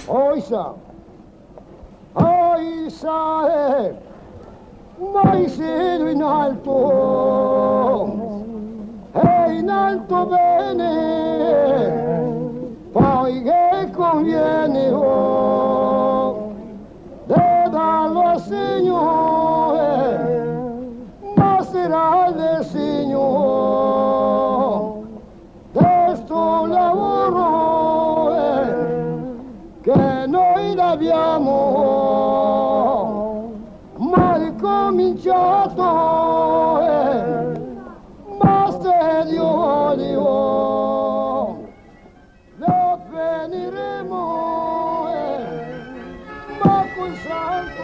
Oisa, mai siedo in alto bene, poi che conviene de darlo al Signore, ma sarà del Signore, de sto lavoro che noi abbiamo mai cominciato, ma se Dio lo finiremo, ma con santo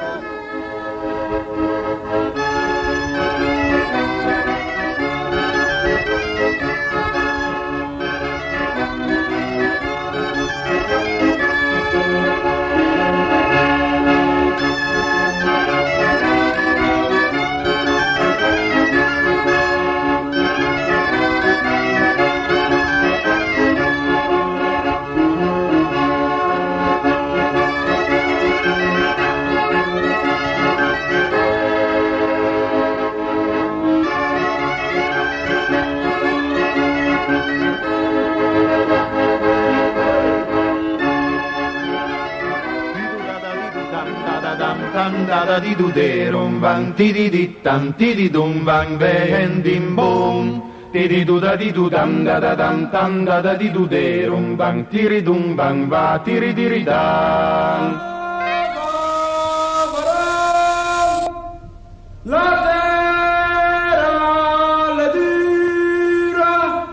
da di du de rum bang ti di tam ti di dum bang ben dim bom ti di du da di du dam da da dam tam da di du de rum bang ti ri dum bang va ti ri di ri da. La terra le dura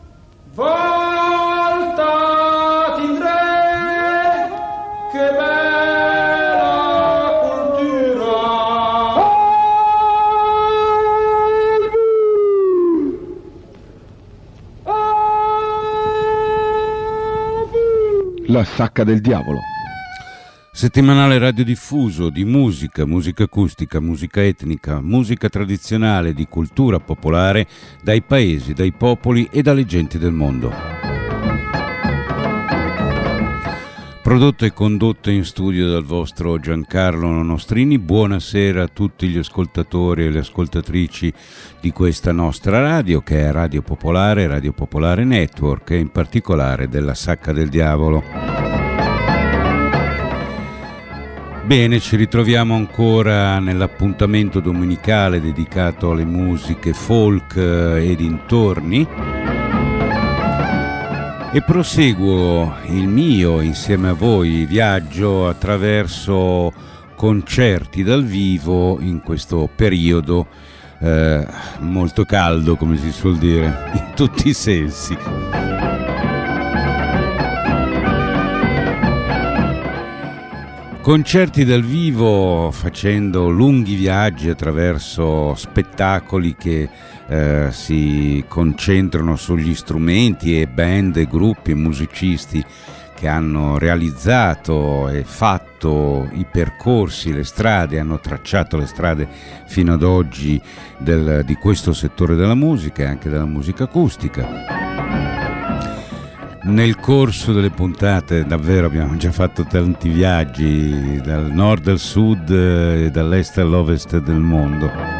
volta tindre che La Sacca del Diavolo. Settimanale radiodiffuso di musica, musica acustica, musica etnica, musica tradizionale, di cultura popolare, dai paesi, dai popoli e dalle genti del mondo. Prodotto e condotto in studio dal vostro Giancarlo Nonostrini. Buonasera a tutti gli ascoltatori e le ascoltatrici di questa nostra radio, che è Radio Popolare Network, e in particolare della Sacca del Diavolo. Bene, ci ritroviamo ancora nell'appuntamento domenicale dedicato alle musiche folk e dintorni. E proseguo il mio, insieme a voi, viaggio attraverso concerti dal vivo in questo periodo molto caldo, come si suol dire, in tutti i sensi. Concerti dal vivo, facendo lunghi viaggi attraverso spettacoli che si concentrano sugli strumenti e band e gruppi e musicisti che hanno realizzato e fatto i percorsi, le strade, hanno tracciato le strade fino ad oggi di questo settore della musica e anche della musica acustica. Nel corso delle puntate davvero abbiamo già fatto tanti viaggi dal nord al sud e dall'est all'ovest del mondo.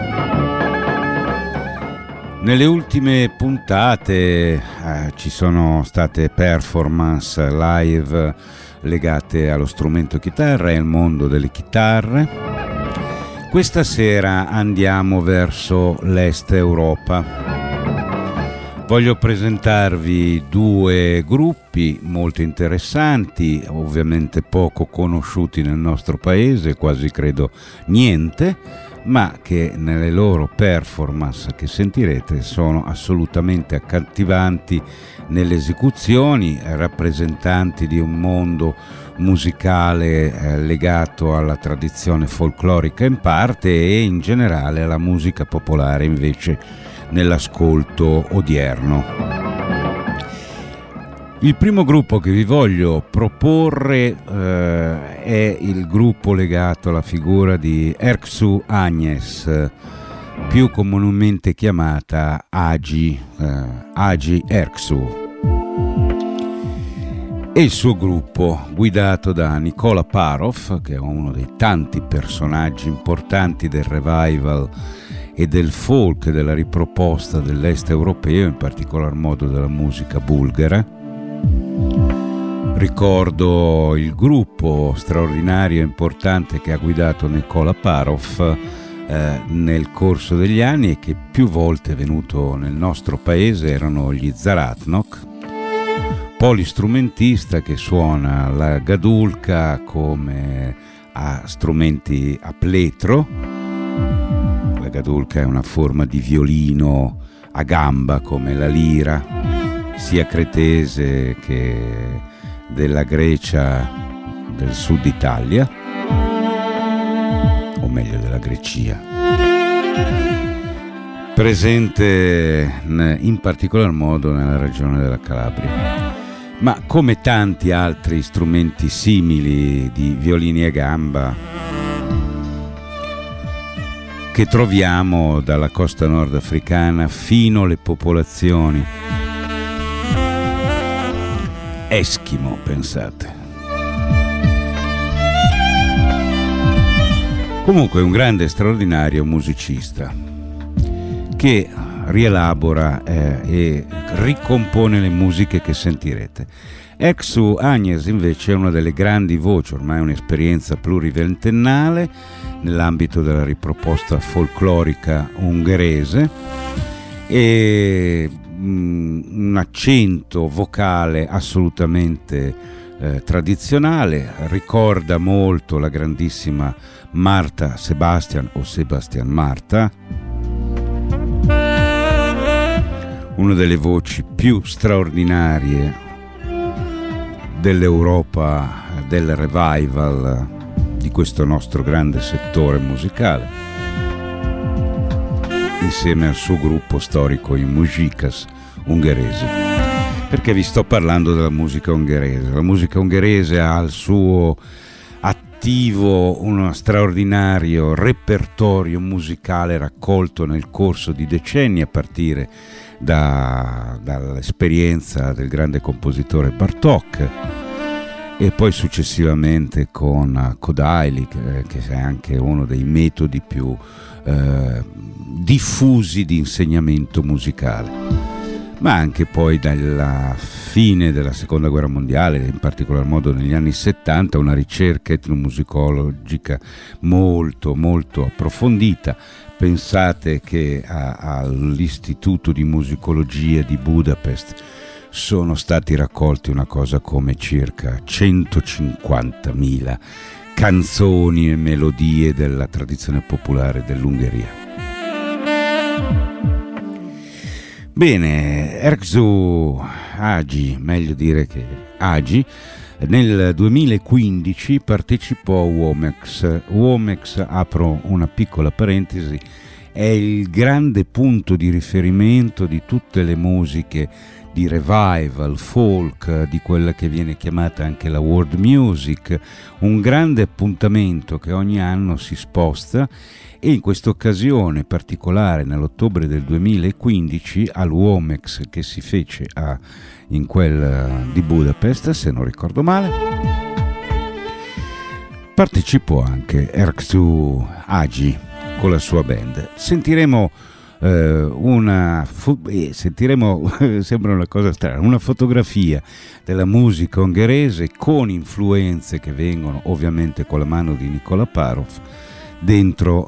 Nelle ultime puntate ci sono state performance live legate allo strumento chitarra e al mondo delle chitarre. Questa sera andiamo verso l'est Europa. Voglio presentarvi due gruppi molto interessanti, ovviamente poco conosciuti nel nostro paese, quasi credo niente, ma che nelle loro performance che sentirete sono assolutamente accattivanti nelle esecuzioni, rappresentanti di un mondo musicale legato alla tradizione folclorica in parte e in generale alla musica popolare invece nell'ascolto odierno. Il primo gruppo che vi voglio proporre è il gruppo legato alla figura di Erksu Agnes, più comunemente chiamata Agi Erksu. e il suo gruppo, guidato da Nicola Parov, che è uno dei tanti personaggi importanti del revival e del folk, della riproposta dell'est europeo, in particolar modo della musica bulgara. Ricordo il gruppo straordinario e importante che ha guidato Nicola Parov nel corso degli anni e che più volte è venuto nel nostro paese. Erano gli Zaratnok, polistrumentista che suona la gadulka come a strumenti a pletro. La gadulka è una forma di violino a gamba come la lira, sia cretese che della Grecia del sud Italia, o meglio della Grecia, presente in particolar modo nella regione della Calabria. Ma come tanti altri strumenti simili di violini a gamba che troviamo dalla costa nordafricana fino alle popolazioni Eschimo, pensate. Comunque è un grande e straordinario musicista che rielabora e ricompone le musiche che sentirete. Erksu Agnes invece è una delle grandi voci, ormai un'esperienza pluriventennale nell'ambito della riproposta folclorica ungherese e un accento vocale assolutamente tradizionale. Ricorda molto la grandissima Marta Sebastian o Sebastian Marta, una delle voci più straordinarie dell'Europa, del revival di questo nostro grande settore musicale, insieme al suo gruppo storico i Muzikas ungheresi. Perché vi sto parlando della musica ungherese? La musica ungherese ha al suo attivo uno straordinario repertorio musicale raccolto nel corso di decenni, a partire dall'esperienza del grande compositore Bartók e poi successivamente con Kodály, che è anche uno dei metodi più diffusi di insegnamento musicale, ma anche poi dalla fine della seconda guerra mondiale, in particolar modo negli anni 70, una ricerca etnomusicologica molto molto approfondita. Pensate che all'Istituto di Musicologia di Budapest sono stati raccolti una cosa come circa 150.000 canzoni e melodie della tradizione popolare dell'Ungheria. Bene, Erksu Agi, meglio dire che Agi, nel 2015 partecipò a Womex. Womex, apro una piccola parentesi, è il grande punto di riferimento di tutte le musiche di revival, folk, di quella che viene chiamata anche la world music, un grande appuntamento che ogni anno si sposta, e in questa occasione particolare, nell'ottobre del 2015, al Womex che si fece in quel di Budapest, se non ricordo male, partecipò anche Erksu Agi con la sua band. Sentiremo sembra una cosa strana, una fotografia della musica ungherese con influenze che vengono ovviamente con la mano di Nicola Parov dentro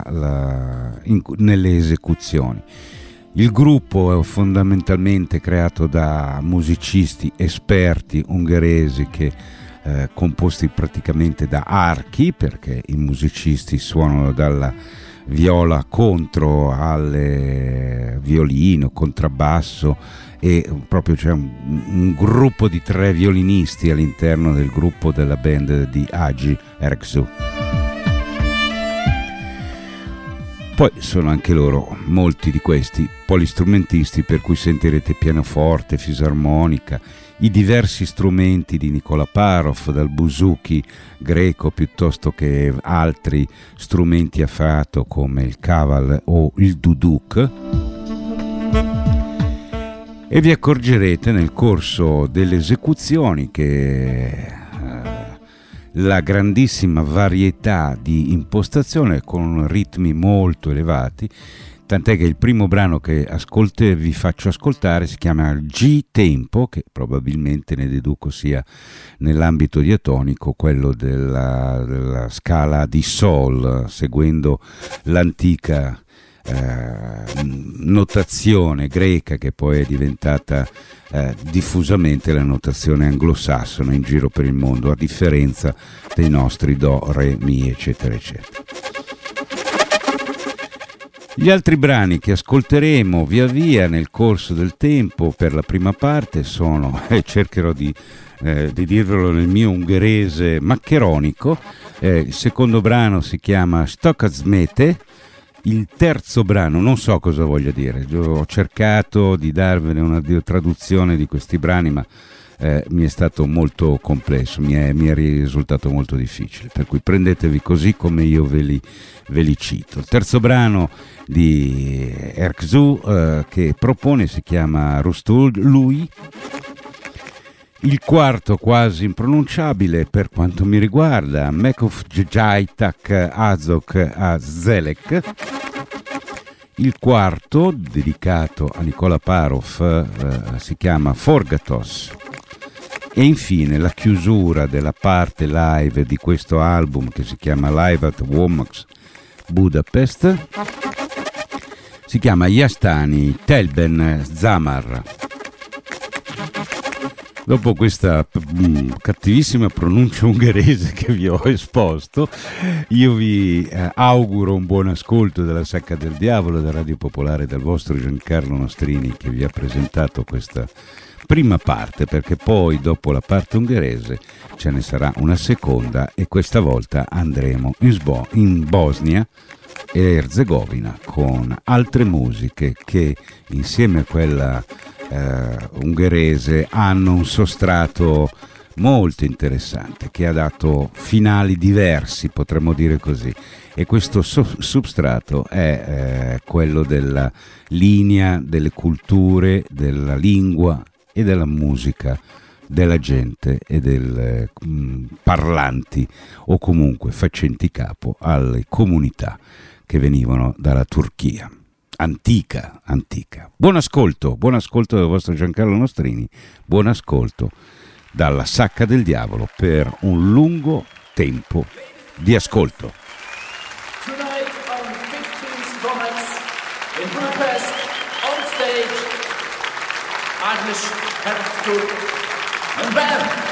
nelle esecuzioni. Il gruppo è fondamentalmente creato da musicisti esperti ungheresi composti praticamente da archi, perché i musicisti suonano dalla viola contro al violino, contrabbasso, e proprio c'è un gruppo di 3 violinisti all'interno del gruppo della band di Agi Erksu. Poi sono anche loro, molti di questi, polistrumentisti, per cui sentirete pianoforte, fisarmonica, i diversi strumenti di Nicola Parov, dal buzuki greco piuttosto che altri strumenti a fiato come il kaval o il duduk. E vi accorgerete nel corso delle esecuzioni che la grandissima varietà di impostazione con ritmi molto elevati, tant'è che il primo brano che vi faccio ascoltare si chiama G-Tempo, che probabilmente ne deduco sia nell'ambito diatonico quello della scala di Sol, seguendo l'antica notazione greca che poi è diventata diffusamente la notazione anglosassone in giro per il mondo, a differenza dei nostri Do, Re, Mi, eccetera eccetera. Gli altri brani che ascolteremo via via nel corso del tempo per la prima parte sono, cercherò di dirvelo nel mio ungherese maccheronico, il secondo brano si chiama Stokazmete. Il terzo brano, non so cosa voglia dire, ho cercato di darvene una traduzione di questi brani, ma mi è stato molto complesso, mi è risultato molto difficile, per cui prendetevi così come io ve li cito. Il terzo brano di Erkzu che propone si chiama Rustul Lui. Il quarto, quasi impronunciabile per quanto mi riguarda, Mekuf Jajtak Azok Azelek. Il quarto, dedicato a Nicola Parov, si chiama Forgatos. E infine la chiusura della parte live di questo album, che si chiama Live at Womax Budapest, si chiama Yastani Telben Zamar. Dopo questa cattivissima pronuncia ungherese che vi ho esposto, io vi auguro un buon ascolto della Sacca del Diavolo da Radio Popolare, dal vostro Giancarlo Nostrini, che vi ha presentato questa prima parte, perché poi dopo la parte ungherese ce ne sarà una seconda e questa volta andremo in Bosnia e Erzegovina con altre musiche che insieme a quella ungherese hanno un sostrato molto interessante che ha dato finali diversi, potremmo dire così, e questo substrato è quello della linea delle culture, della lingua e della musica della gente e del parlanti o comunque facenti capo alle comunità che venivano dalla Turchia. Antica. Buon ascolto dal vostro Giancarlo Nostrini, buon ascolto dalla Sacca del Diavolo per un lungo tempo di ascolto. Tonight on 15 Strikes in Budapest, on stage, Agnes Herzog and band.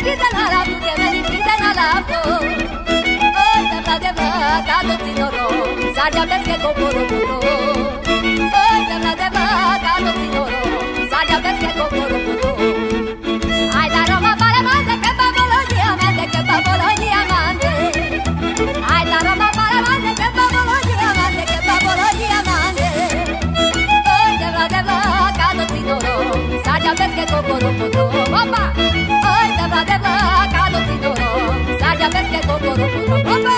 Sadia pesche cocoro puto. Oi, terra de vaca, no sinoro. Sadia pesche cocoro puto. Ai da Roma para mande che babolo diamante, che babolo diamante. Ai da Roma para mande che babolo diamante, che babolo diamante. Oi, terra de vaca, no sinoro. Sadia pesche cocoro puto. Opa! Oi, terra de vaca, no sinoro. Sadia pesche cocoro puto. Opa!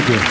Thank you.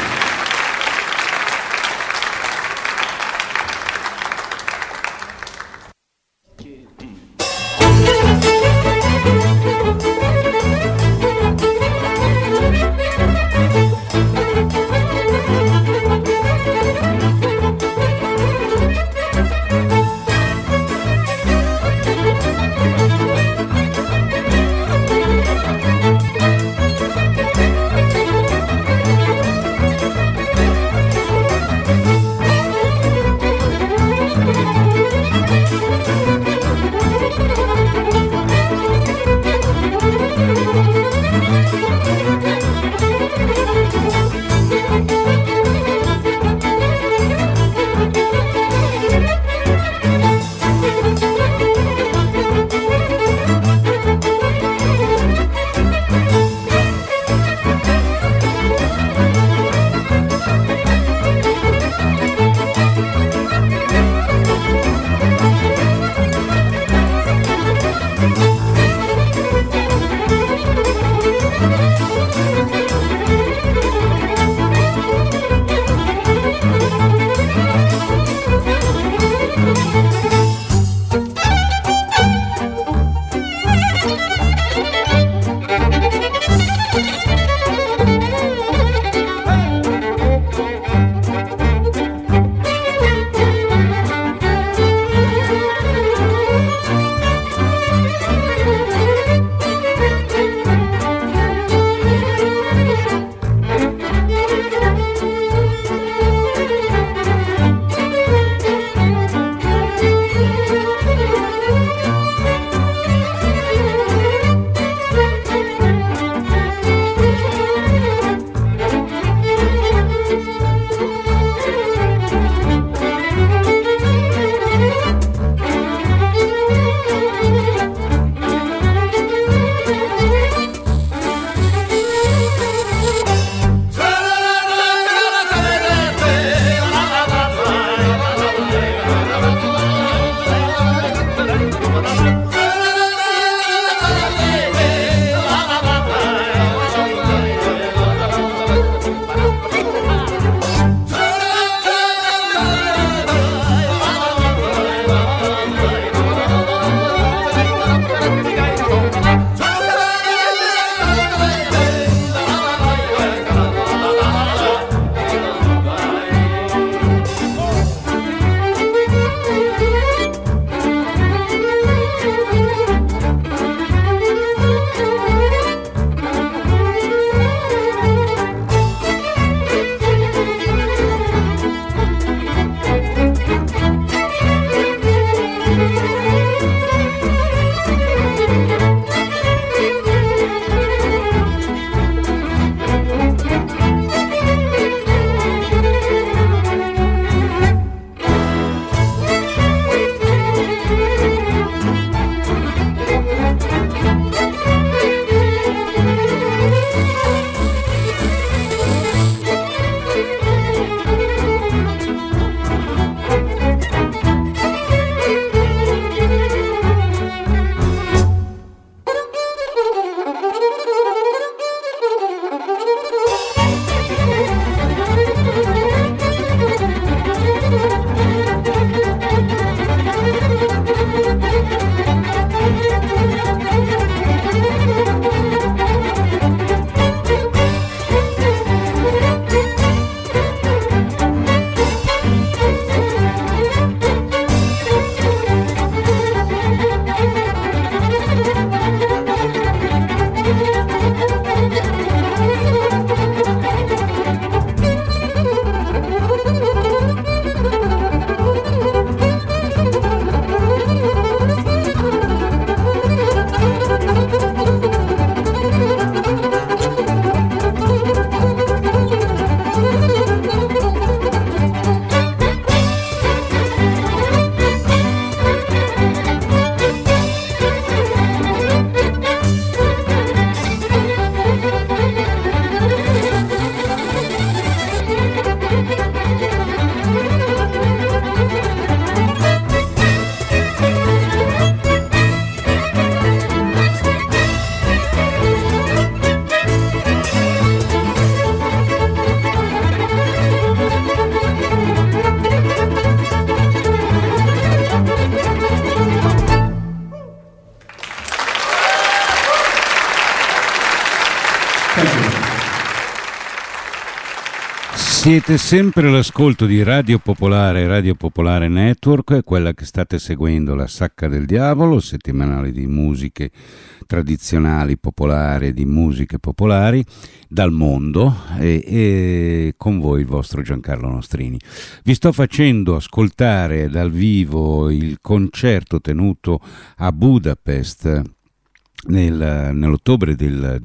Siete sempre all'ascolto di Radio Popolare Network, quella che state seguendo, La Sacca del Diavolo, settimanale di musiche tradizionali, popolari, di musiche popolari dal mondo, e con voi il vostro Giancarlo Nostrini. Vi sto facendo ascoltare dal vivo il concerto tenuto a Budapest nell'ottobre del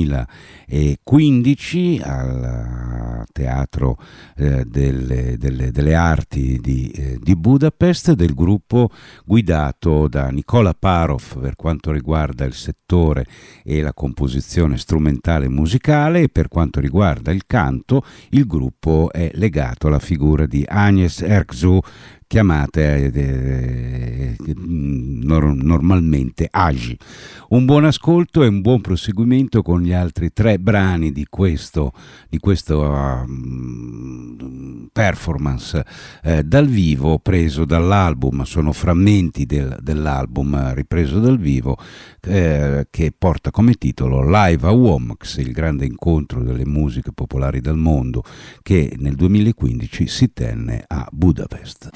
2015 al Teatro delle Arti di Budapest, del gruppo guidato da Nicola Parov per quanto riguarda il settore e la composizione strumentale e musicale, e per quanto riguarda il canto il gruppo è legato alla figura di Agnes Erksu, chiamate normalmente Agi. Un buon ascolto e un buon proseguimento con gli altri 3 brani di questo performance dal vivo, preso dall'album. Sono frammenti dell'album ripreso dal vivo, che porta come titolo Live a WOMX, il grande incontro delle musiche popolari del mondo, che nel 2015 si tenne a Budapest.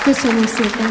Köszönöm szépen!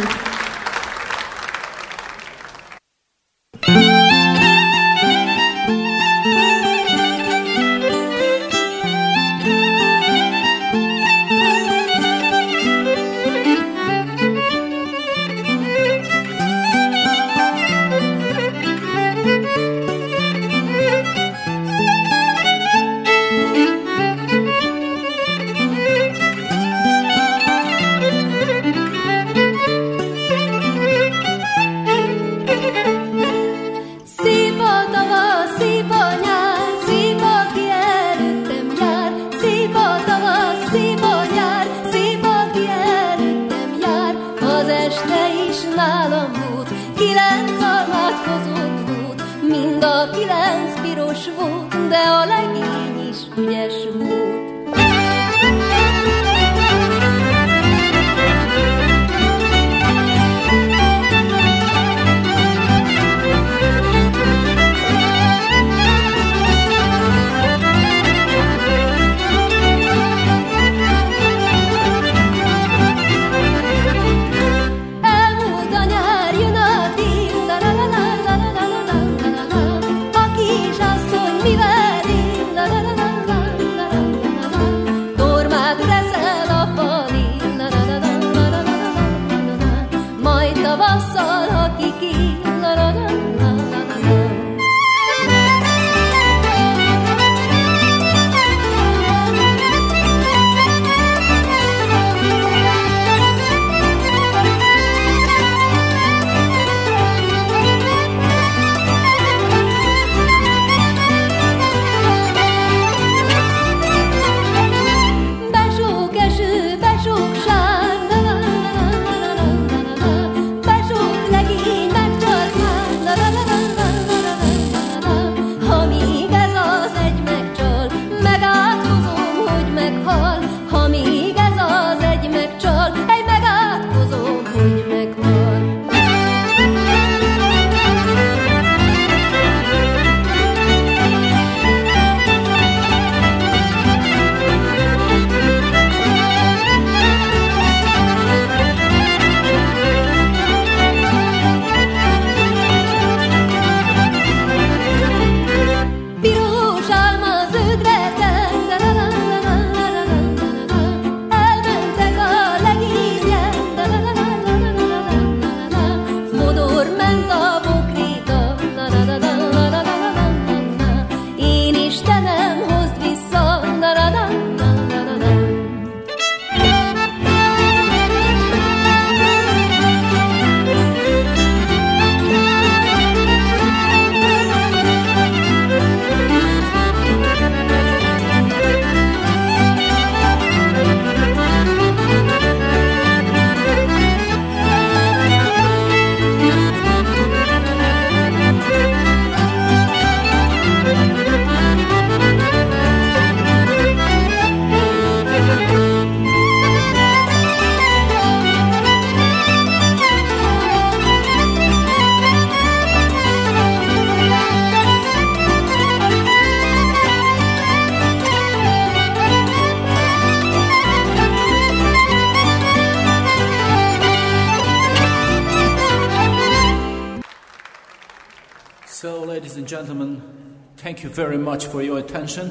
Ladies and gentlemen, thank you very much for your attention.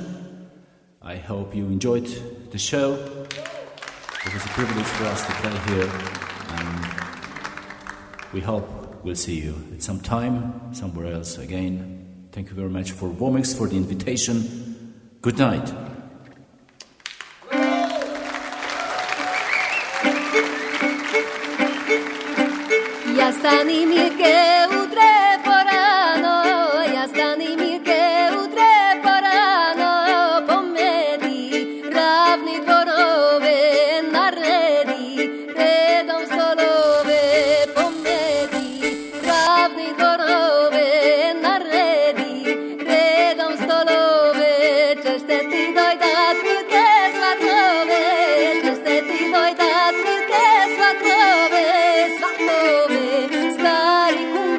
I hope you enjoyed the show. It was a privilege for us to play here, and we hope we'll see you at some time, somewhere else again. Thank you very much for Vomix, for the invitation. Good night. Ya stani milke utre porano, ya stani milke utre porano, pomedi, ravni dvorove, naredi, redom stolove, pomedi, ravni dvorove, naredi, redom stolove, češte ti dojdat milke svatove, češte ti dojdat milke svatove, svatove. Stari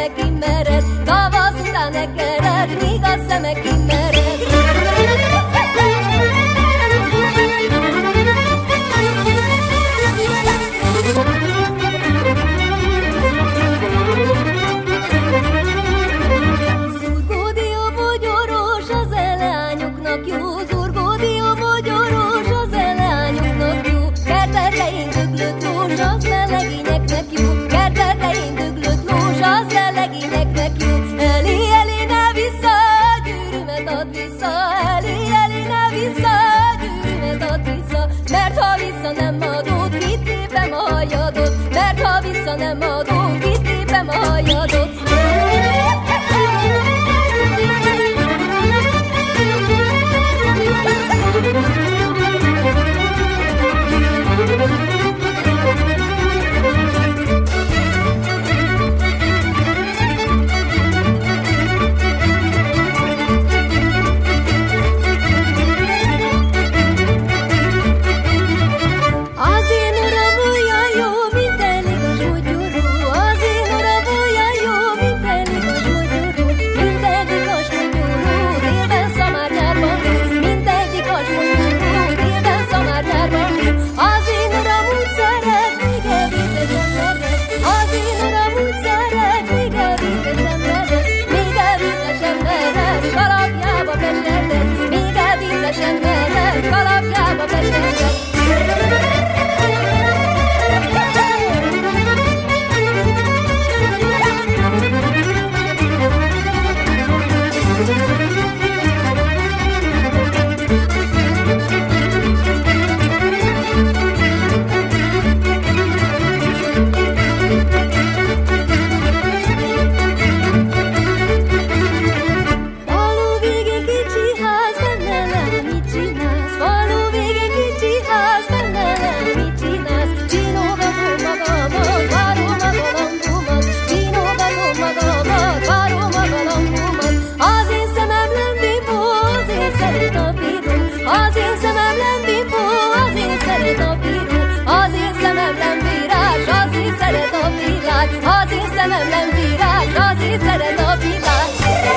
szemek kimered, tavasz után ekered, míg a szemek kimered. Zurgódió mogyorós az eleányoknak jó, zurgódió mogyorós az eleányoknak jó, kertetlein döglött lós az lelegényeknek jó, kertetlein döglött lós az lelegényeknek jó. Eli, Eli, ne vissza, gyűrűmet add vissza, Eli, Eli, ne vissza, gyűrűmet add vissza, mert ha vissza nem adod, kitépem a hajadot, mert ha vissza nem adod, kitépem a hajadot. Az én uram olyan jó, mint elég a zsúgyurú, az én uram olyan jó, mint elég a zsúgyurú, mint egyik a zsúgyurú, délben szamárnyárban hú, mint egyik a zsúgyurú, délben szamárnyárban hú. Az én uram úgy szeret, míg elvétesen merez, az én uram úgy szeret, míg elvétesen merez, míg elvétesen merez, kalapjába beserted, míg elvétesen merez, kalapjába beserted. Falu végén kicsi ház, benne le, mit csinálsz? Falu végén kicsi ház, benne le, mit csinálsz? Csinogatom magamat, várom a galambumat, csinogatom magamat, várom a galambumat. Az én szemem nem bipó, az én szeret a bíró, az én szemem nem bipó, az én szeret a bíró, az én szemem nem bírás, az én szeret a világ, az én szemem nem bírás, az én szeret a világ.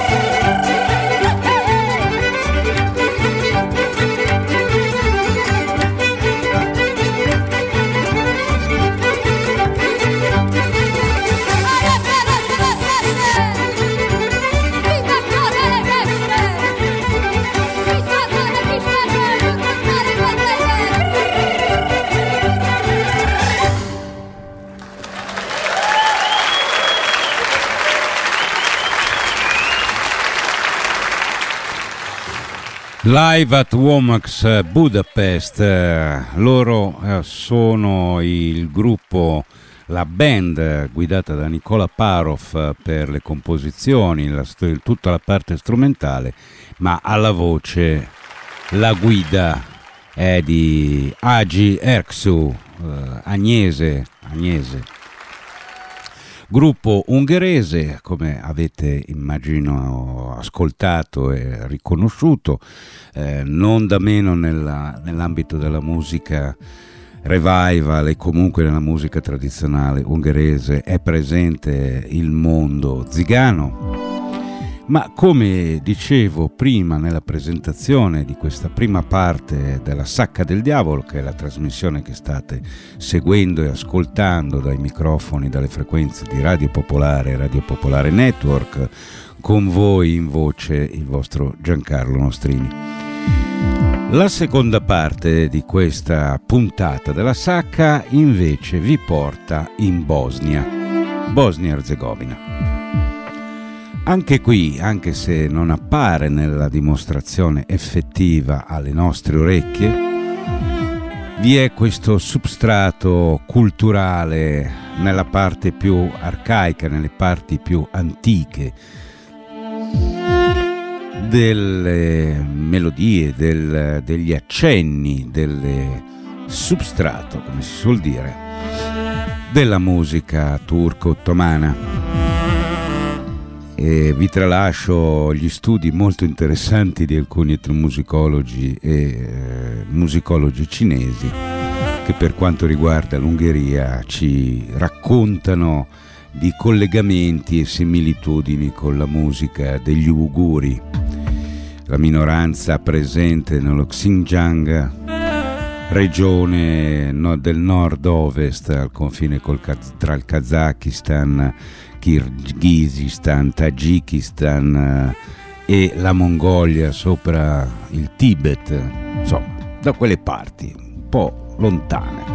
Live at Womack Budapest, loro sono il gruppo, la band guidata da Nicola Parov per le composizioni, tutta la parte strumentale, ma alla voce la guida è di Agi Erksu, Agnese. Gruppo ungherese, come avete immagino ascoltato e riconosciuto, non da meno nell'ambito della musica revival e comunque nella musica tradizionale ungherese è presente il mondo zigano. Ma come dicevo prima nella presentazione di questa prima parte della Sacca del Diavolo, che è la trasmissione che state seguendo e ascoltando dai microfoni, dalle frequenze di Radio Popolare e Radio Popolare Network, con voi in voce il vostro Giancarlo Nostrini. La seconda parte di questa puntata della Sacca invece vi porta in Bosnia e Erzegovina. Anche qui, anche se non appare nella dimostrazione effettiva alle nostre orecchie, vi è questo substrato culturale nella parte più arcaica, nelle parti più antiche delle melodie, degli accenni, del substrato, come si suol dire, della musica turco-ottomana. E vi tralascio gli studi molto interessanti di alcuni etnomusicologi e musicologi cinesi che per quanto riguarda l'Ungheria ci raccontano di collegamenti e similitudini con la musica degli Uiguri, la minoranza presente nello Xinjiang, regione del nord-ovest al confine tra il Kazakistan, Kirghizistan, Tagikistan e la Mongolia sopra il Tibet, insomma da quelle parti un po' lontane.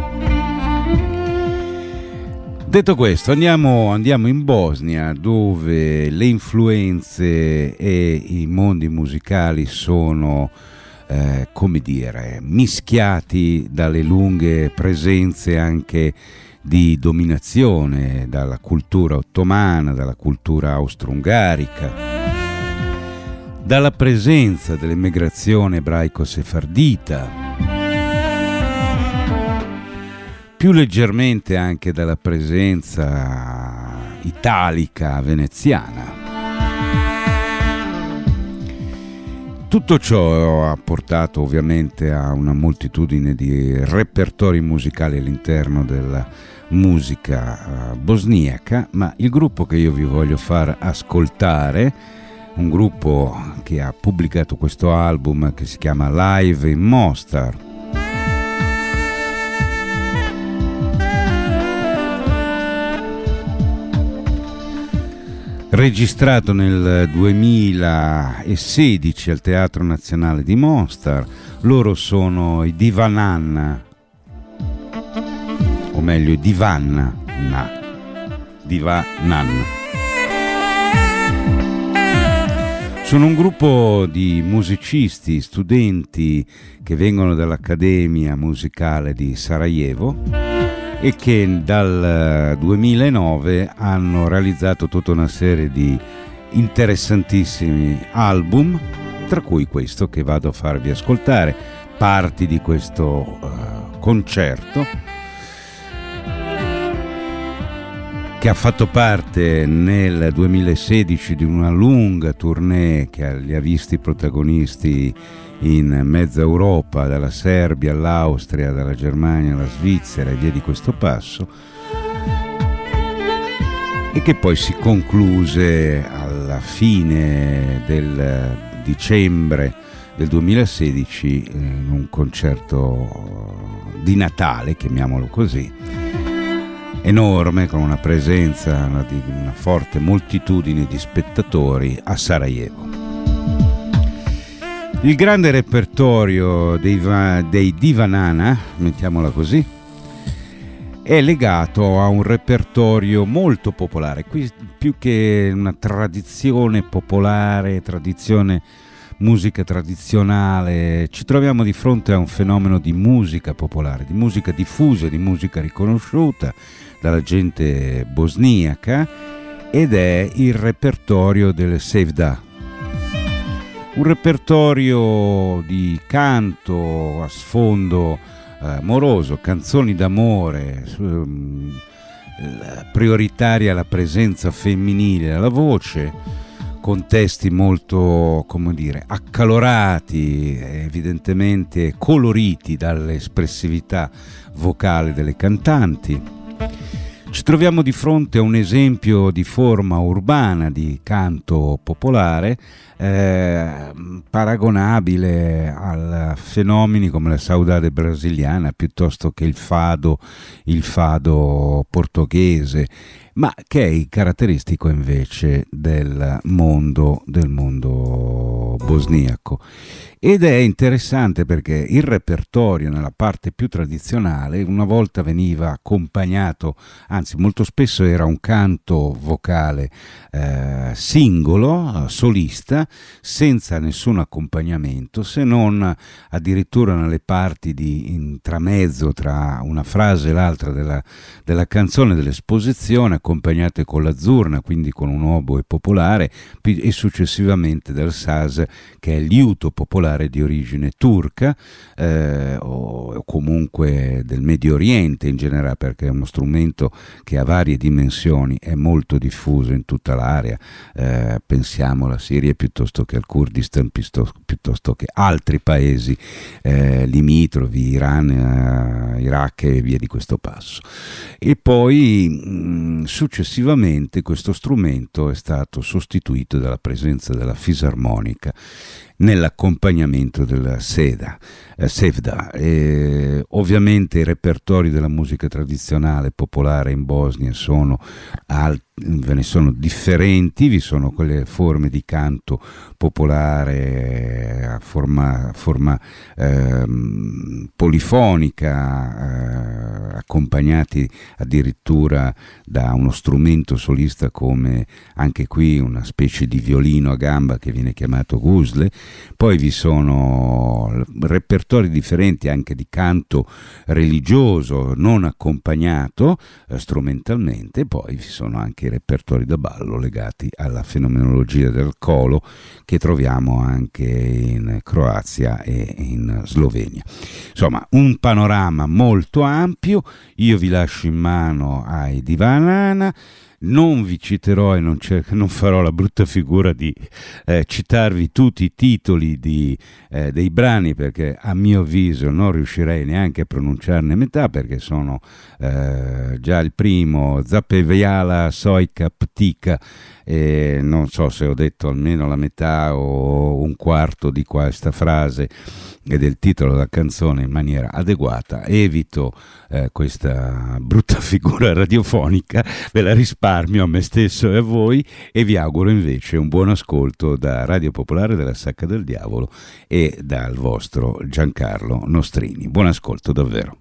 Detto questo, andiamo in Bosnia, dove le influenze e i mondi musicali sono come dire, mischiati dalle lunghe presenze anche di dominazione, dalla cultura ottomana, dalla cultura austro-ungarica, dalla presenza dell'emigrazione ebraico-sefardita, più leggermente anche dalla presenza italica veneziana. Tutto ciò ha portato ovviamente a una moltitudine di repertori musicali all'interno della musica bosniaca, ma il gruppo che io vi voglio far ascoltare, un gruppo che ha pubblicato questo album che si chiama Live in Mostar, registrato nel 2016 al Teatro Nazionale di Mostar. Loro sono i Divanana, o meglio i Divanna. Sono un gruppo di musicisti, studenti che vengono dall'Accademia Musicale di Sarajevo e che dal 2009 hanno realizzato tutta una serie di interessantissimi album, tra cui questo che vado a farvi ascoltare, parti di questo concerto che ha fatto parte nel 2016 di una lunga tournée che li ha visti protagonisti in mezza Europa, dalla Serbia all'Austria, dalla Germania alla Svizzera e via di questo passo, e che poi si concluse alla fine del dicembre del 2016 in un concerto di Natale, chiamiamolo così, enorme, con una presenza di una forte moltitudine di spettatori a Sarajevo. Il grande repertorio dei Divanana, mettiamola così, è legato a un repertorio molto popolare, qui più che una tradizione popolare, musica tradizionale, ci troviamo di fronte a un fenomeno di musica popolare, di musica diffusa, di musica riconosciuta dalla gente bosniaca, ed è il repertorio delle Sevda. Un repertorio di canto a sfondo amoroso, canzoni d'amore, prioritaria la presenza femminile alla voce, con testi molto, come dire, accalorati, evidentemente coloriti dall'espressività vocale delle cantanti. Ci troviamo di fronte a un esempio di forma urbana di canto popolare paragonabile a fenomeni come la saudade brasiliana piuttosto che il fado portoghese, ma che è caratteristico invece del mondo bosniaco. Ed è interessante perché il repertorio nella parte più tradizionale una volta veniva accompagnato, anzi molto spesso era un canto vocale singolo, solista, senza nessun accompagnamento, se non addirittura nelle parti di intramezzo tra una frase e l'altra della canzone, dell'esposizione, accompagnate con la zurna, quindi con un oboe popolare, e successivamente dal saz, che è il liuto popolare di origine turca o comunque del Medio Oriente in generale, perché è uno strumento che ha varie dimensioni, è molto diffuso in tutta l'area, pensiamo alla Siria piuttosto che al Kurdistan, piuttosto che altri paesi limitrofi, Iran, Iraq e via di questo passo. E poi successivamente questo strumento è stato sostituito dalla presenza della fisarmonica nell'accompagnamento della sevda. Ovviamente i repertori della musica tradizionale popolare in Bosnia ve ne sono differenti, vi sono quelle forme di canto popolare a forma polifonica, accompagnati addirittura da uno strumento solista come anche qui una specie di violino a gamba che viene chiamato gusle. Poi vi sono repertori differenti anche di canto religioso non accompagnato strumentalmente, poi vi sono anche i repertori da ballo legati alla fenomenologia del colo che troviamo anche in Croazia e in Slovenia. Insomma, un panorama molto ampio. Io vi lascio in mano ai Divanana. Non vi citerò e non farò la brutta figura di citarvi tutti i titoli dei brani, perché a mio avviso non riuscirei neanche a pronunciarne metà, perché sono già il primo Zapeviala Sojka Ptika, e non so se ho detto almeno la metà o un quarto di questa frase e del titolo della canzone in maniera adeguata. Evito questa brutta figura radiofonica, ve la risparmio a me stesso e a voi, e vi auguro invece un buon ascolto da Radio Popolare della Sacca del Diavolo e dal vostro Giancarlo Nostrini. Buon ascolto davvero.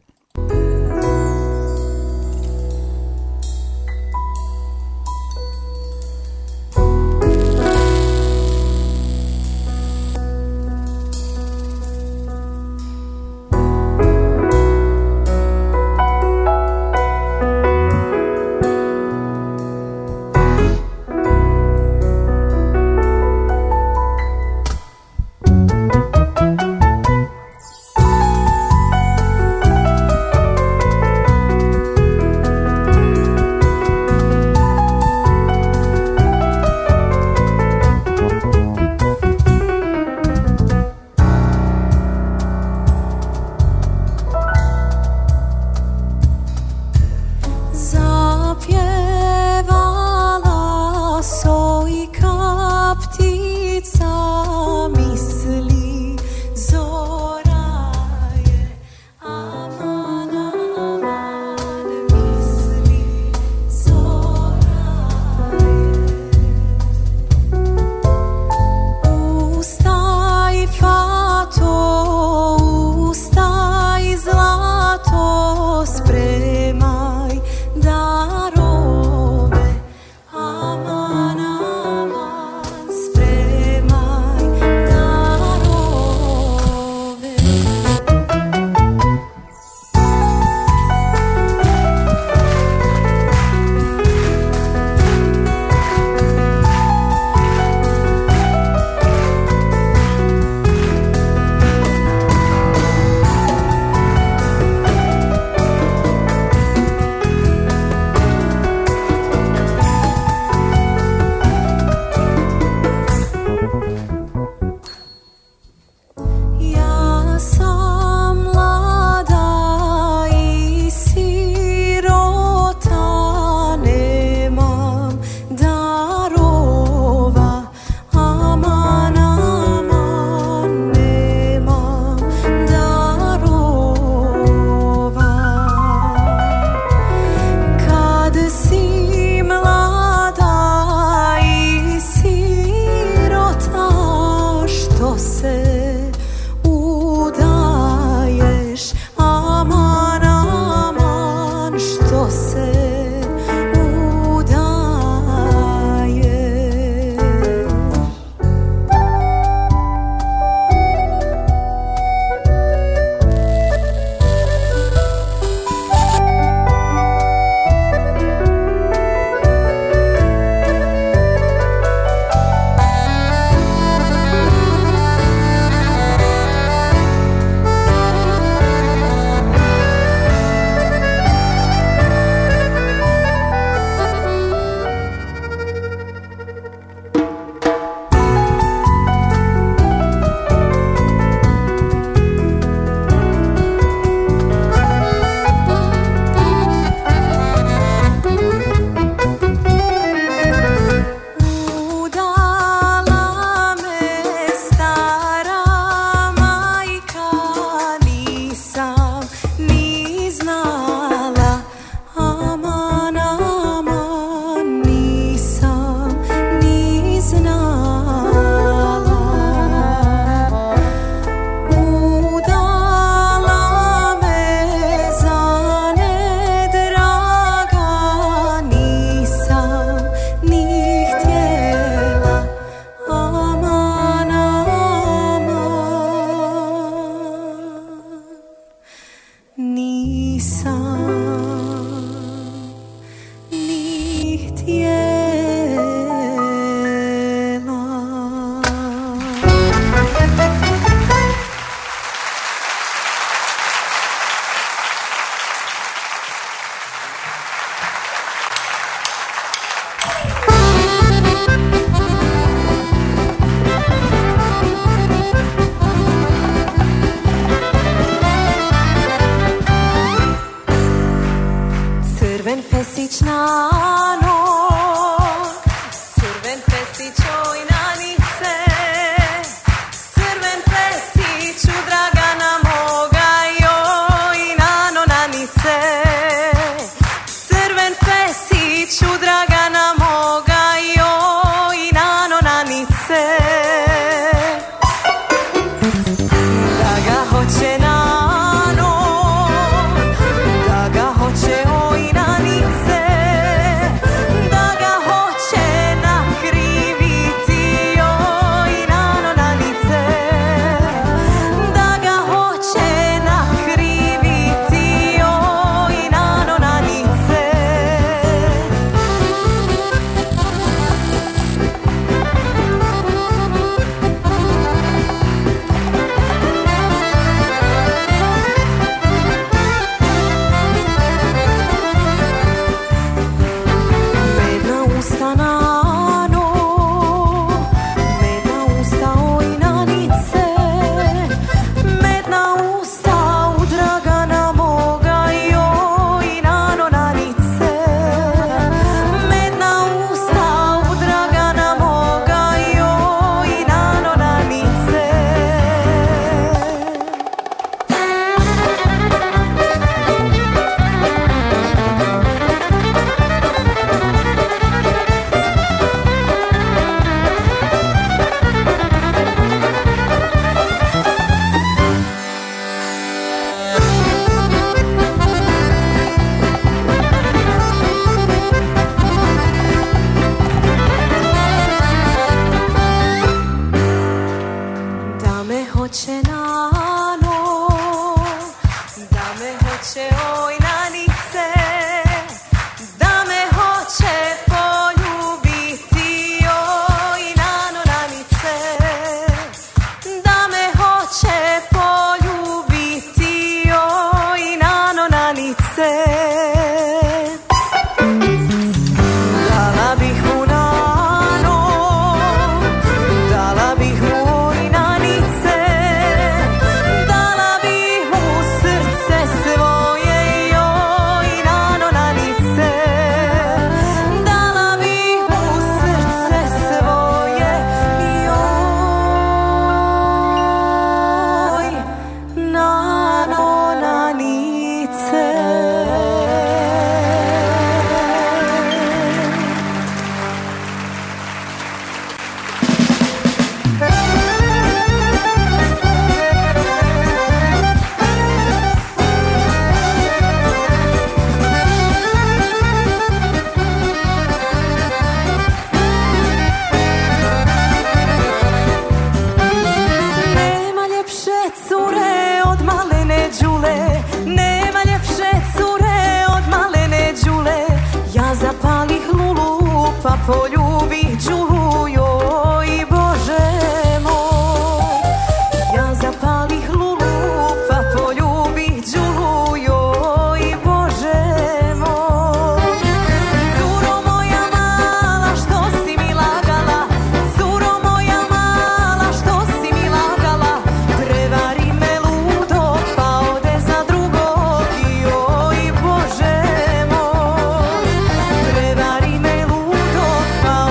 Prevari me ludo, pa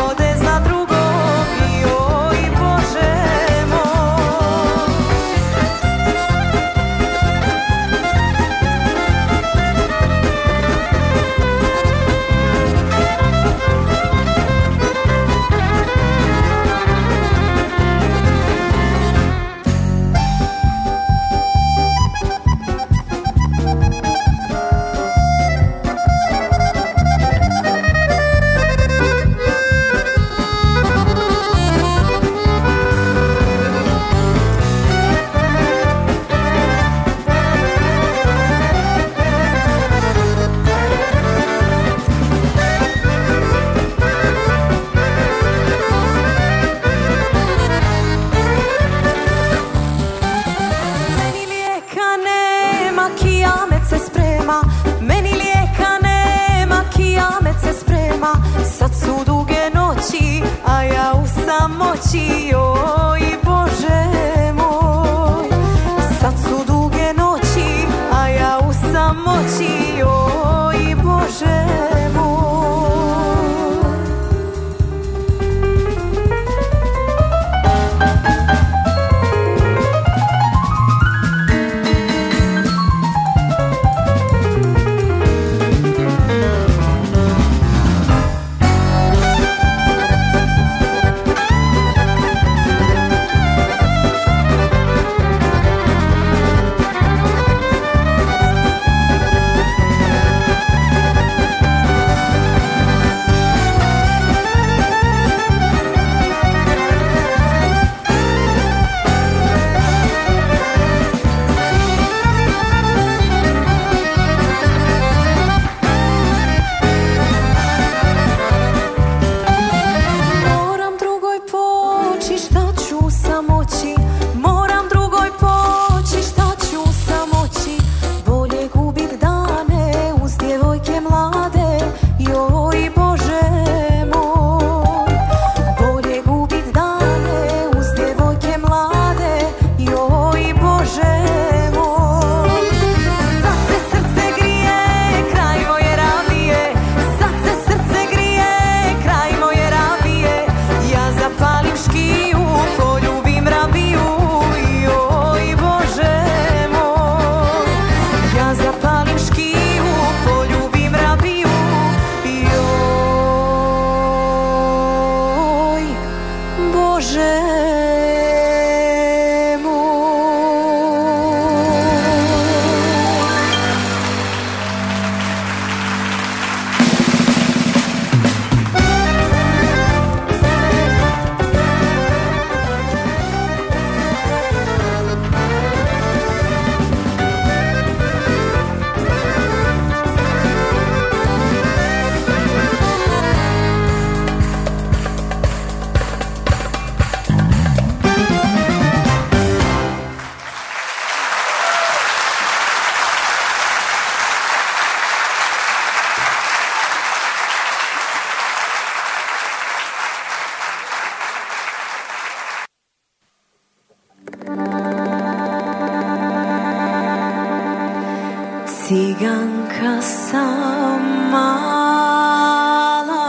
Ciganka sam mala,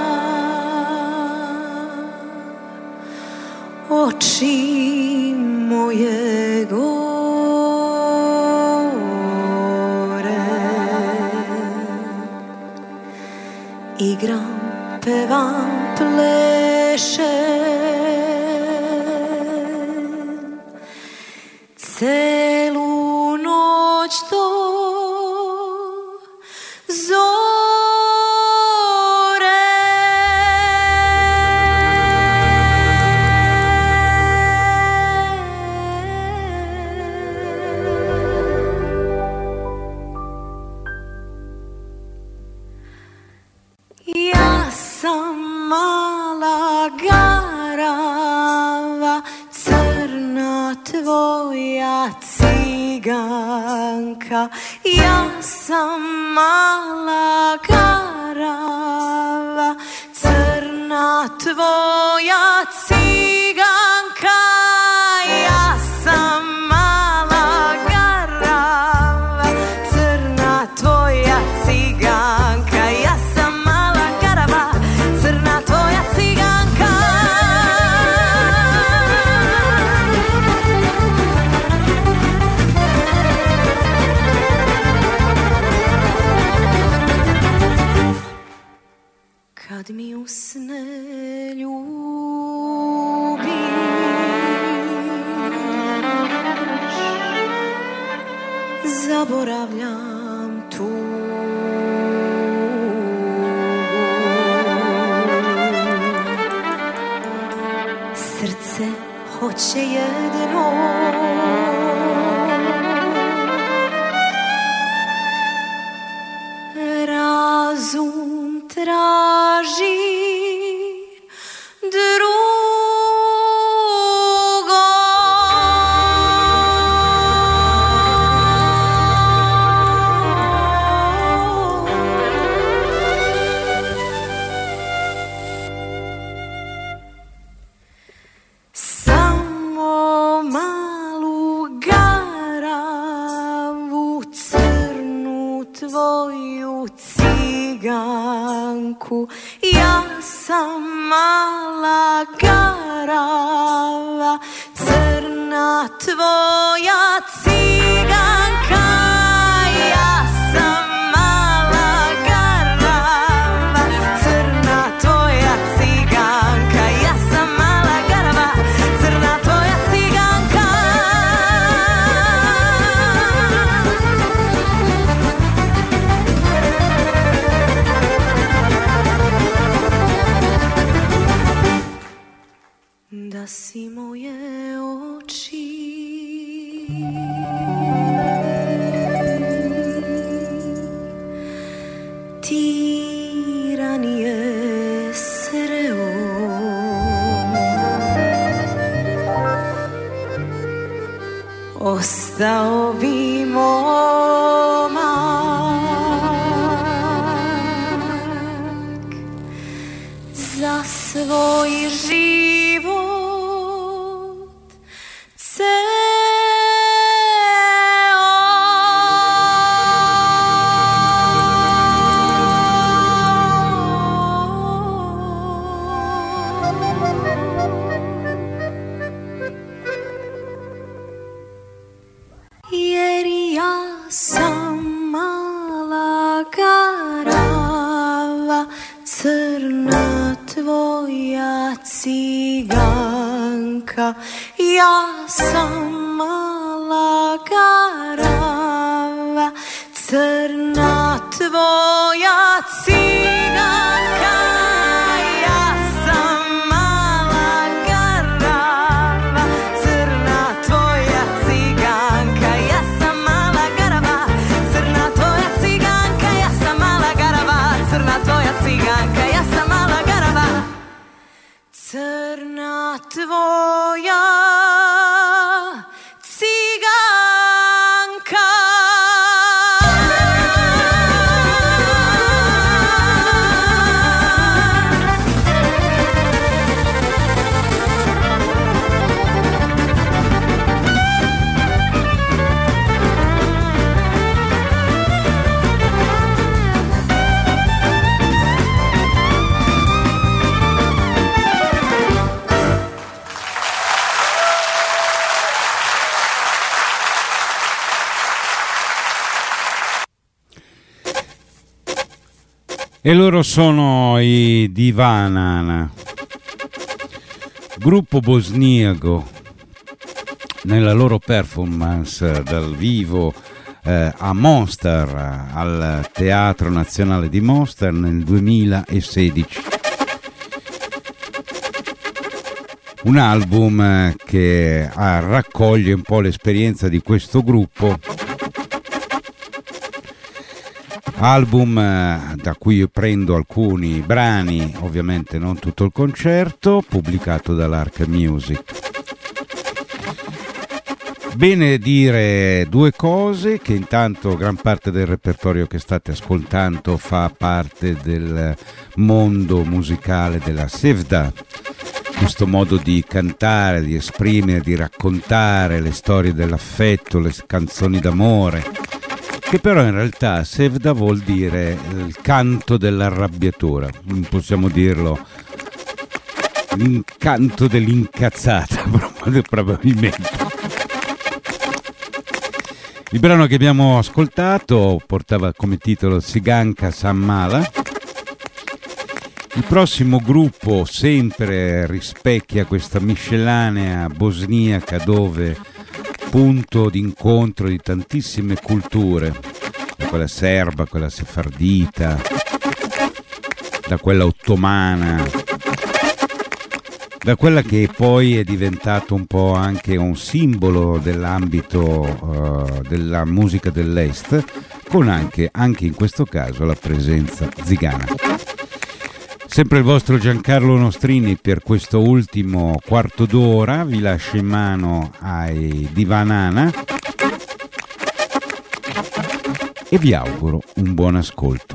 oči moje gore. Igram, pevam, plešem celu noć do ciganka, ja sam mala garava, crna tvoja ciganka, ja sam mala garava, crna tvoja ciganka, ja sam mala garava, crna tvoja ciganka. Kad mi usne ljubiš, zaboravljam tugu. Srce hoće jedno, razum traži drugo. Samo malu garavu, crnu tvoju ciganku, ja sam mala garava, crna tvoja ciganka, ja sam mala garava, crna tvoja ciganka, ja sam mala garava, crna tvoja ciganka. Da si moje oči ti ranije sreo, ostao bi momak za svoj život. Jer ja sam mala garava, crna tvoja ciganka, ja sam mala garava, crna tvoja ciganka, ja sam mala garava, crna tvoja ciganka, ja sam mala garava, crna tvoja ciganka, ja sam mala garava, crna tvoja ciganka, ja sam mala garava, crna tvoja ciganka. E loro sono i Divanana, gruppo bosniaco, nella loro performance dal vivo a Mostar, al Teatro Nazionale di Mostar nel 2016. Un album che raccoglie un po' l'esperienza di questo gruppo. Album da cui io prendo alcuni brani, ovviamente non tutto il concerto, pubblicato dall'Arc Music. Bene dire due cose: che intanto gran parte del repertorio che state ascoltando fa parte del mondo musicale della Sevda, questo modo di cantare, di esprimere, di raccontare le storie dell'affetto, le canzoni d'amore, che però in realtà Sevda vuol dire il canto dell'arrabbiatura, possiamo dirlo, l'incanto dell'incazzata probabilmente. Il brano che abbiamo ascoltato portava come titolo Ciganka Sammala. Il prossimo gruppo sempre rispecchia questa miscellanea bosniaca, dove punto d'incontro di tantissime culture, da quella serba, quella sefardita, da quella ottomana, da quella che poi è diventato un po' anche un simbolo dell'ambito della musica dell'Est, con anche in questo caso la presenza zigana. Sempre il vostro Giancarlo Nostrini per questo ultimo quarto d'ora, vi lascio in mano ai Divanana e vi auguro un buon ascolto.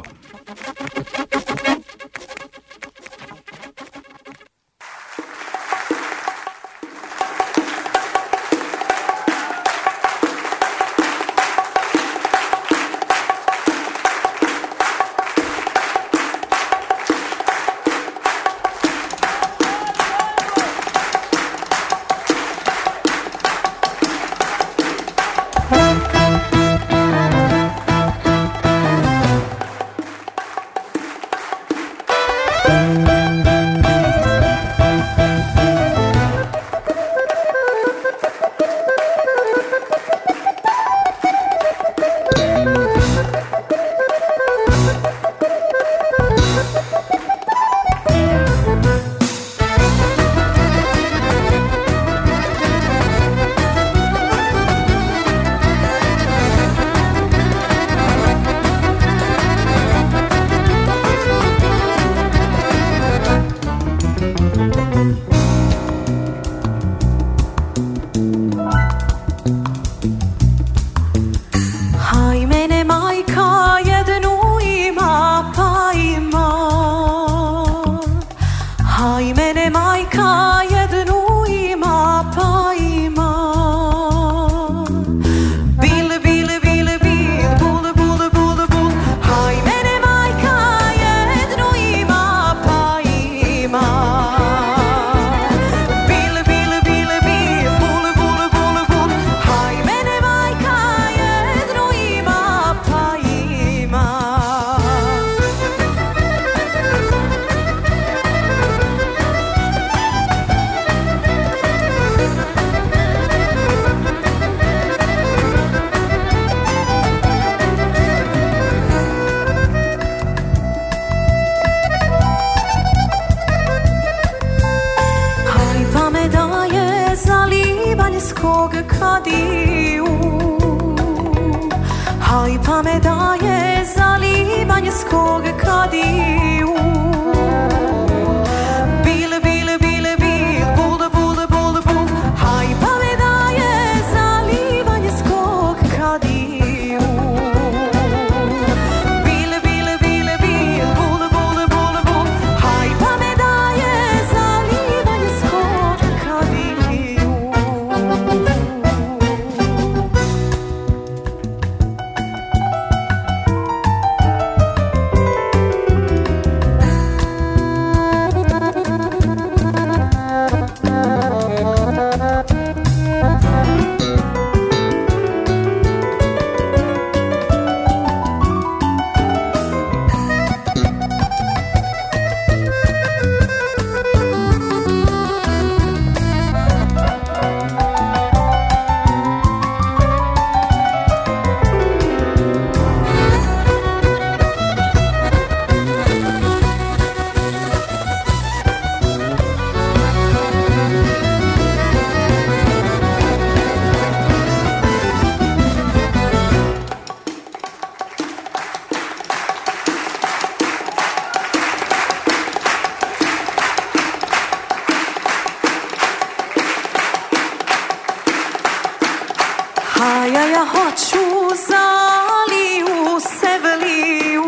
ja hoću Zaliju, Seveliju.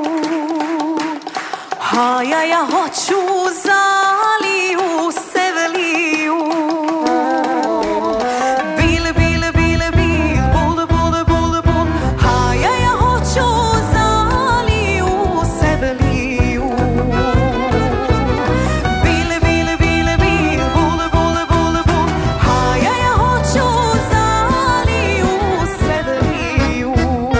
Ja hoću Zaliju, Seveliju. Bil, bil, bil, bil, bul, bul, bul, bul. Ja hoću Zaliju, Seveliju. Bil, bil, bil, bil, bul, bul, bul, bul. Ja hoću Zaliju, Seveliju.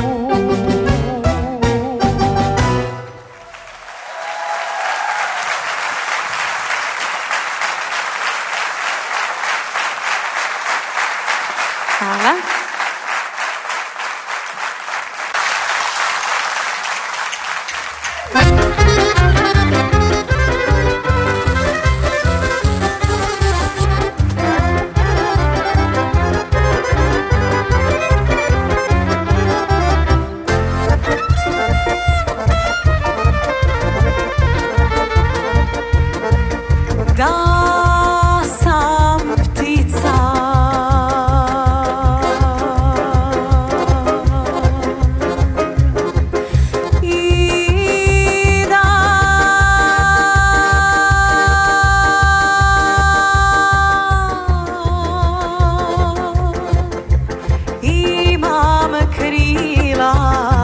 Hvala. Da sam ptica i da imam krila,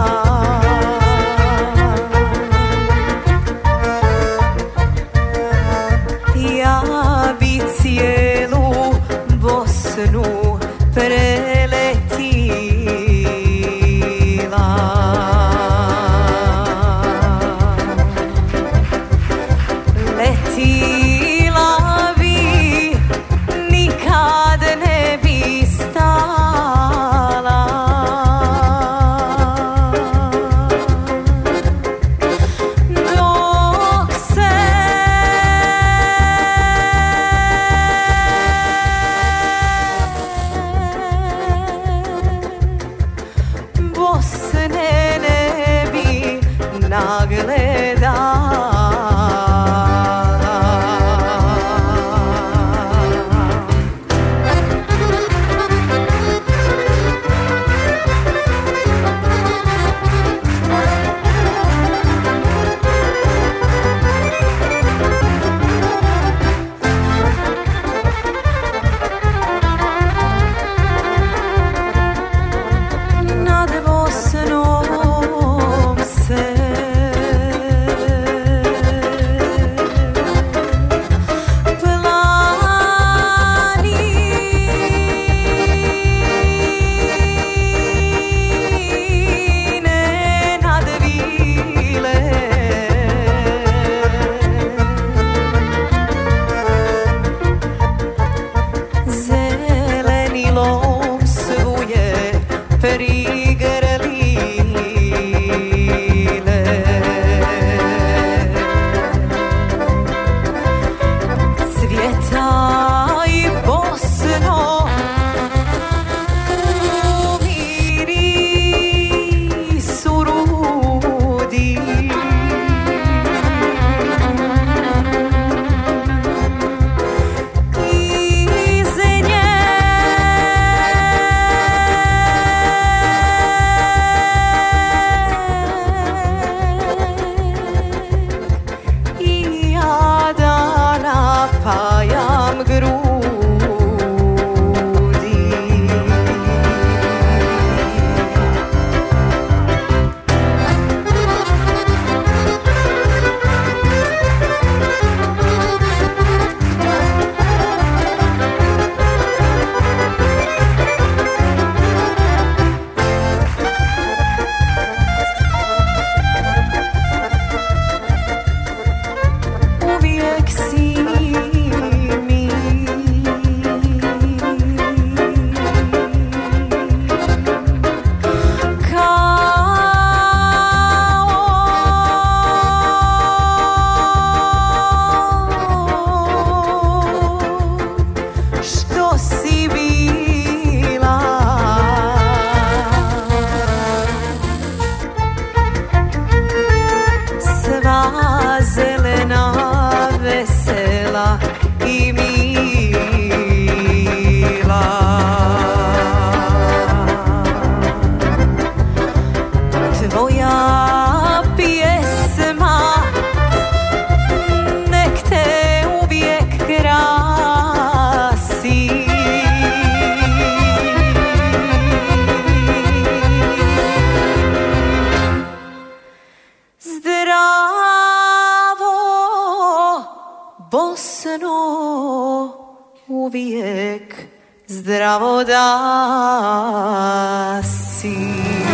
ja bi cijelu Bosnu preletila. Letila bi, nikad ne bi stala. Dok se Bosne ne bi nagledala. Nad Bosnom se planine nadvile. Zeleni lom svuje prigrlile. Cvjetaj Bosno u mirisu rudi. Iz nje i ja da napajam grudi. Uvijek si mi kao što si bila. Sva zelena vesela Bosno uvijek zdravo da si.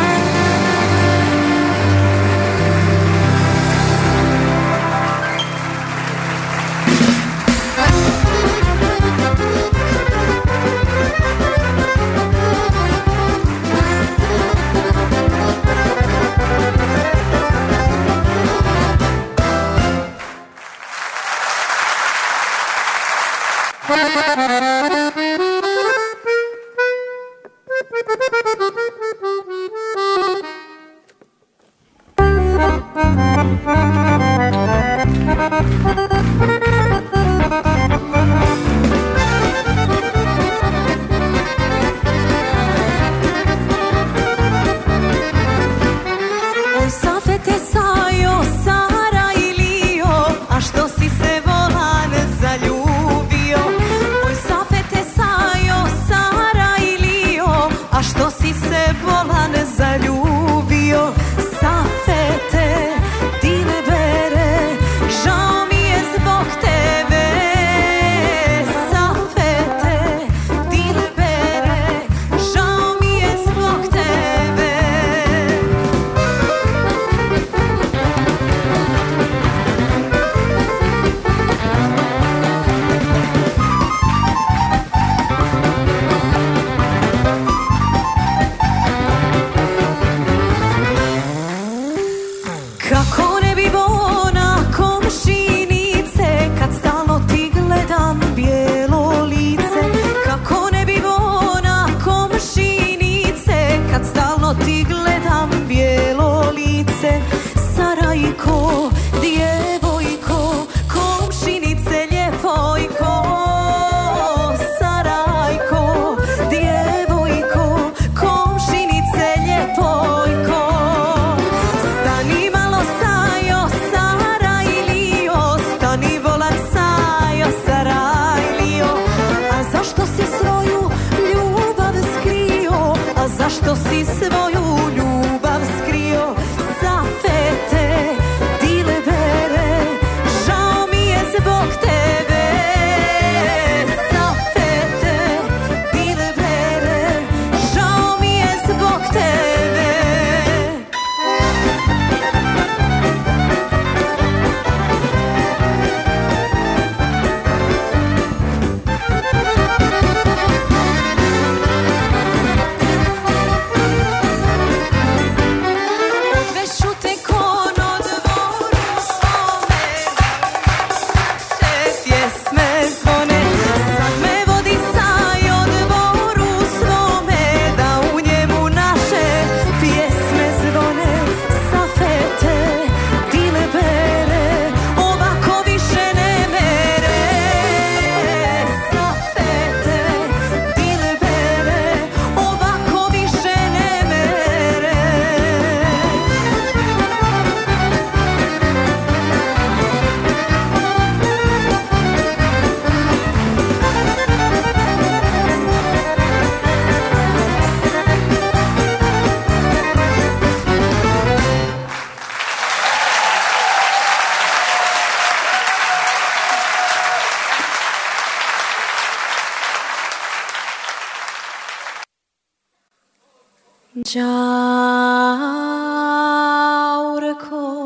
Đaurko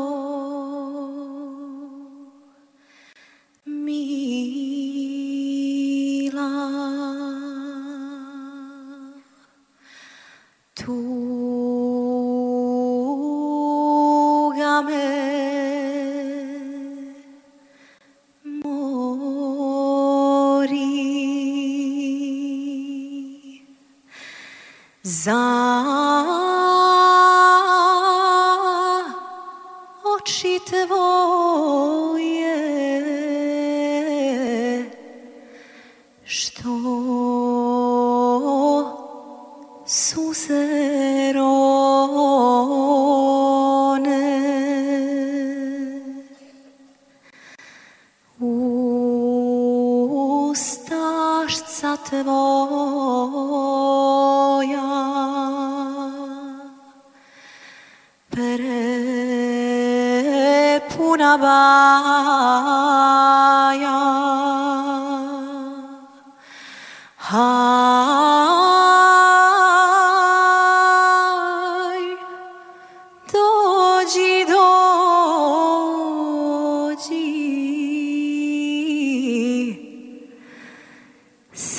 mila, tuga me mori za oči tvoje što su zerone ustašca tvoja prepuna baja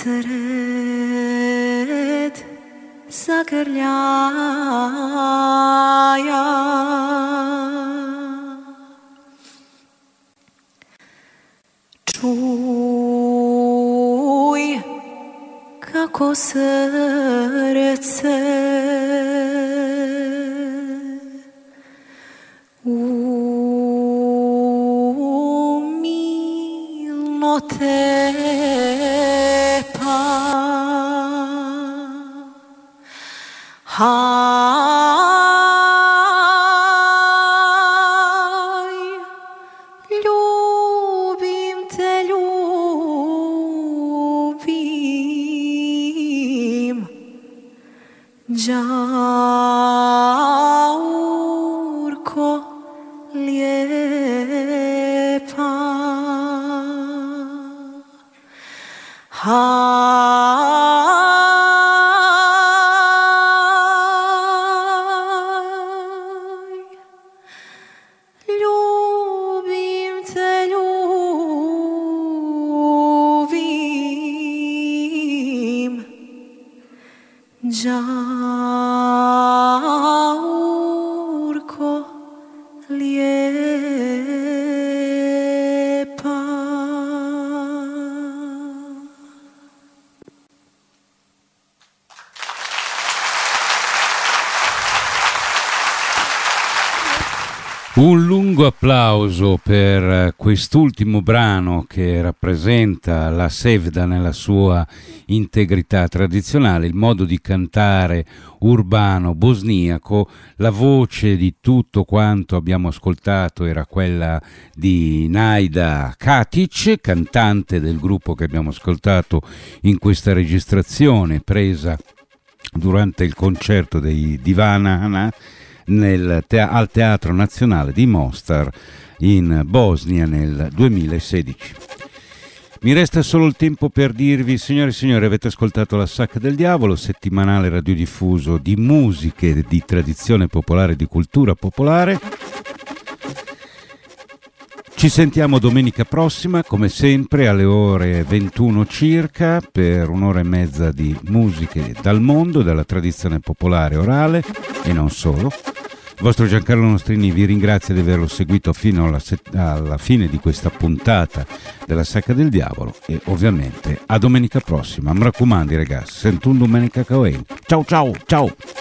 sred zagrljaja. Čuj kako srce umilno tepa. Haj, ljubim te, ljubim, đaurko lijepa. Ljubim te, ljubim, đaurko lijepa. Un lungo applauso per quest'ultimo brano che rappresenta la sevda nella sua integrità tradizionale, il modo di cantare urbano bosniaco. La voce di tutto quanto abbiamo ascoltato era quella di Najda Katic, cantante del gruppo che abbiamo ascoltato in questa registrazione presa durante il concerto dei Divana al Teatro Nazionale di Mostar in Bosnia nel 2016. Mi resta solo il tempo per dirvi, signore e signori, avete ascoltato La Sacca del Diavolo, settimanale radiodiffuso di musiche di tradizione popolare e di cultura popolare. Ci sentiamo domenica prossima, come sempre, alle ore 21 circa, per un'ora e mezza di musiche dal mondo, dalla tradizione popolare orale e non solo. Il vostro Giancarlo Nostrini vi ringrazia di averlo seguito fino alla fine di questa puntata della Sacca del Diavolo e ovviamente a domenica prossima. Mi raccomando ragazzi, sento un domenica Coen. Ciao ciao ciao!